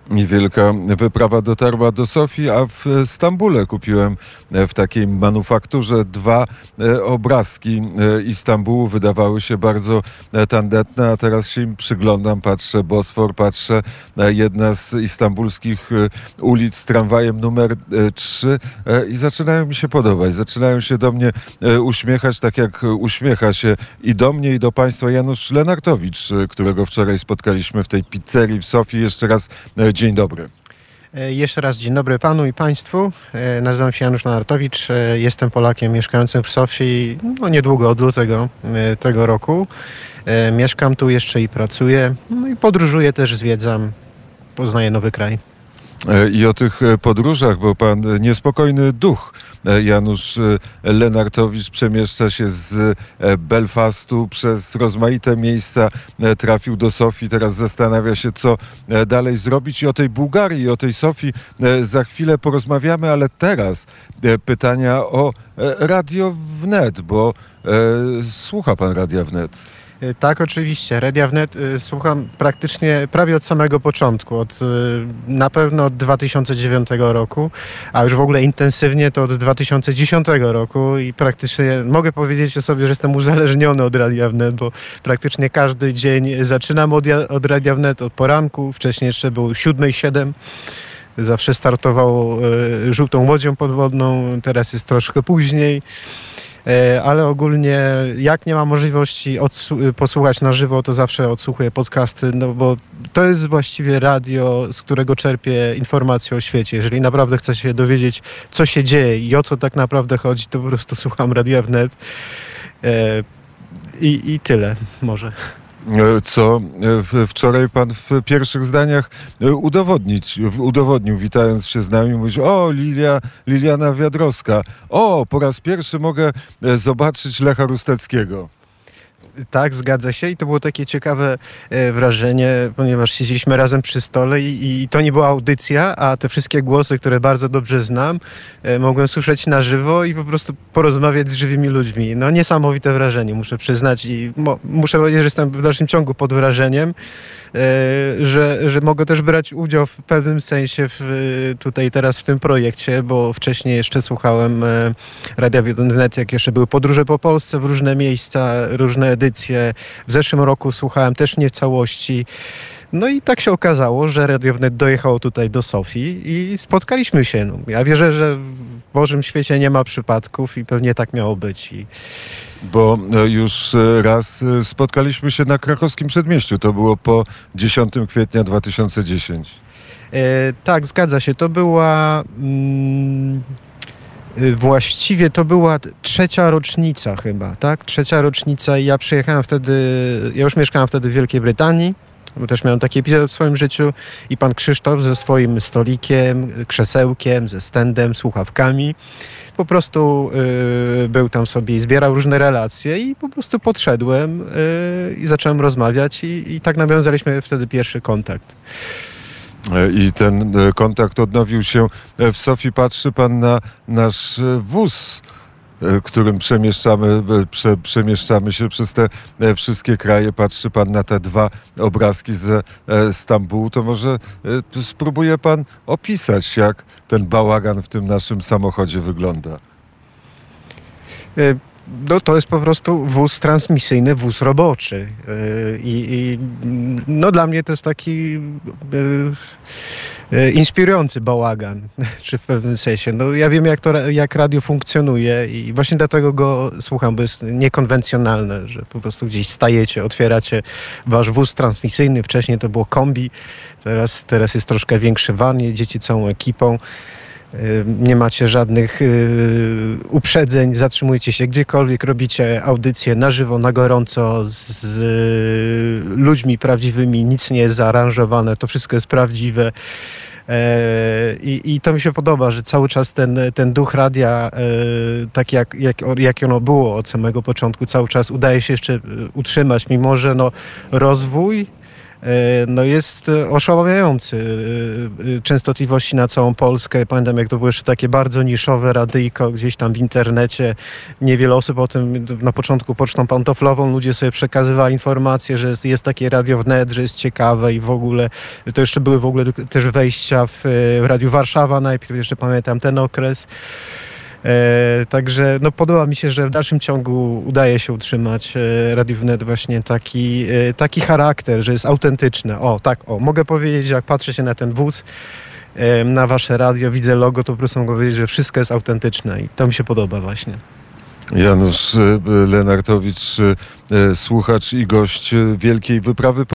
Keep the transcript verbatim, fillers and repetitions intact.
I wielka wyprawa dotarła do Sofii, a w Stambule kupiłem w takiej manufakturze dwa obrazki Istambułu. Wydawały się bardzo tandetne, a teraz się im przyglądam, patrzę Bosfor, patrzę jedna z istambulskich ulic z tramwajem numer trzy i zaczynają mi się podobać. Zaczynają się do mnie uśmiechać, tak jak uśmiecha się i do mnie, i do państwa Janusz Lenartowicz, którego wczoraj spotkaliśmy w tej pizzerii w Sofii. Jeszcze raz dzień dobry. Jeszcze raz dzień dobry panu i państwu. Nazywam się Janusz Lenartowicz. Jestem Polakiem mieszkającym w Sofii no niedługo od lutego tego roku. Mieszkam tu jeszcze i pracuję. No i podróżuję też, zwiedzam, poznaję nowy kraj. I o tych podróżach, bo pan niespokojny duch Janusz Lenartowicz przemieszcza się z Belfastu przez rozmaite miejsca, trafił do Sofii, teraz zastanawia się, co dalej zrobić. I o tej Bułgarii, i o tej Sofii za chwilę porozmawiamy, ale teraz pytania o Radio Wnet, bo słucha pan Radia Wnet. Tak, oczywiście. Radia Wnet słucham praktycznie prawie od samego początku, od, na pewno od dwa tysiące dziewiątego roku, a już w ogóle intensywnie to od dwa tysiące dziesiątego roku i praktycznie mogę powiedzieć o sobie, że jestem uzależniony od Radia Wnet, bo praktycznie każdy dzień zaczynam od, od Radia Wnet, od poranku, wcześniej jeszcze był siódma siedem. Zawsze startował y, żółtą łodzią podwodną, teraz jest troszkę później. Ale ogólnie jak nie ma możliwości posłuchać na żywo, to zawsze odsłuchuję podcasty, no bo to jest właściwie radio, z którego czerpię informacje o świecie. Jeżeli naprawdę chcę się dowiedzieć, co się dzieje i o co tak naprawdę chodzi, to po prostu słucham Radia Wnet i, i tyle może. Co wczoraj pan w pierwszych zdaniach udowodnić, udowodnił, witając się z nami, mówić: o, Lilia, Liliana Wiadrowska, o, po raz pierwszy mogę zobaczyć Lecha Rusteckiego. Tak, zgadza się i to było takie ciekawe e, wrażenie, ponieważ siedzieliśmy razem przy stole i, i to nie była audycja, a te wszystkie głosy, które bardzo dobrze znam, e, mogłem słyszeć na żywo i po prostu porozmawiać z żywymi ludźmi. No niesamowite wrażenie, muszę przyznać i mo, muszę powiedzieć, że jestem w dalszym ciągu pod wrażeniem, e, że, że mogę też brać udział w pewnym sensie w, tutaj teraz w tym projekcie, bo wcześniej jeszcze słuchałem e, Radia Wnet, jak jeszcze były podróże po Polsce w różne miejsca, różne edycje. W zeszłym roku słuchałem też nie w całości. No i tak się okazało, że Radio Wnet dojechało tutaj do Sofii i spotkaliśmy się. No, ja wierzę, że w Bożym świecie nie ma przypadków i pewnie tak miało być. I... Bo już raz spotkaliśmy się na krakowskim Przedmieściu. To było po dziesiątego kwietnia dwa tysiące dziesiątego. E, tak, zgadza się. To była... Mm... Właściwie to była trzecia rocznica chyba, tak? Trzecia rocznica i ja przyjechałem wtedy, ja już mieszkałem wtedy w Wielkiej Brytanii, bo też miałem taki epizod w swoim życiu i pan Krzysztof ze swoim stolikiem, krzesełkiem, ze standem, słuchawkami po prostu y, był tam sobie i zbierał różne relacje i po prostu podszedłem y, i zacząłem rozmawiać i, i tak nawiązaliśmy wtedy pierwszy kontakt. I ten kontakt odnowił się w Sofii. Patrzy pan na nasz wóz, którym przemieszczamy, prze, przemieszczamy się przez te wszystkie kraje. Patrzy pan na te dwa obrazki ze Stambułu. To może spróbuje pan opisać, jak ten bałagan w tym naszym samochodzie wygląda. No, to jest po prostu wóz transmisyjny, wóz roboczy. I, i no, dla mnie to jest taki e, inspirujący bałagan, czy w pewnym sensie. No, ja wiem, jak, to, jak radio funkcjonuje i właśnie dlatego go słucham, bo jest niekonwencjonalne, że po prostu gdzieś stajecie, otwieracie wasz wóz transmisyjny. Wcześniej to było kombi, teraz, teraz jest troszkę większy van, jedziecie całą ekipą. Nie macie żadnych y, uprzedzeń, zatrzymujecie się gdziekolwiek, robicie audycje na żywo, na gorąco, z, z y, ludźmi prawdziwymi, nic nie jest zaaranżowane, to wszystko jest prawdziwe. I, I to mi się podoba, że cały czas ten, ten duch radia, tak jak, jak, jak ono było od samego początku, cały czas udaje się jeszcze utrzymać, mimo że no, rozwój no jest oszałamiający. Częstotliwości na całą Polskę. Pamiętam, jak to było jeszcze takie bardzo niszowe radyjko gdzieś tam w internecie. Niewiele osób o tym na początku pocztą pantoflową ludzie sobie przekazywali informacje, że jest, jest takie radio wnet, że jest ciekawe i w ogóle to jeszcze były w ogóle też wejścia w, w Radiu Warszawa najpierw, jeszcze pamiętam ten okres. E, także no, podoba mi się, że w dalszym ciągu udaje się utrzymać e, Radiu Wnet właśnie taki, e, taki charakter, że jest autentyczne. O, tak, o, mogę powiedzieć, że jak patrzę się na ten wóz, e, na wasze radio, widzę logo, to po prostu mogę powiedzieć, że wszystko jest autentyczne i to mi się podoba właśnie. Janusz Lenartowicz, słuchacz i gość Wielkiej Wyprawy.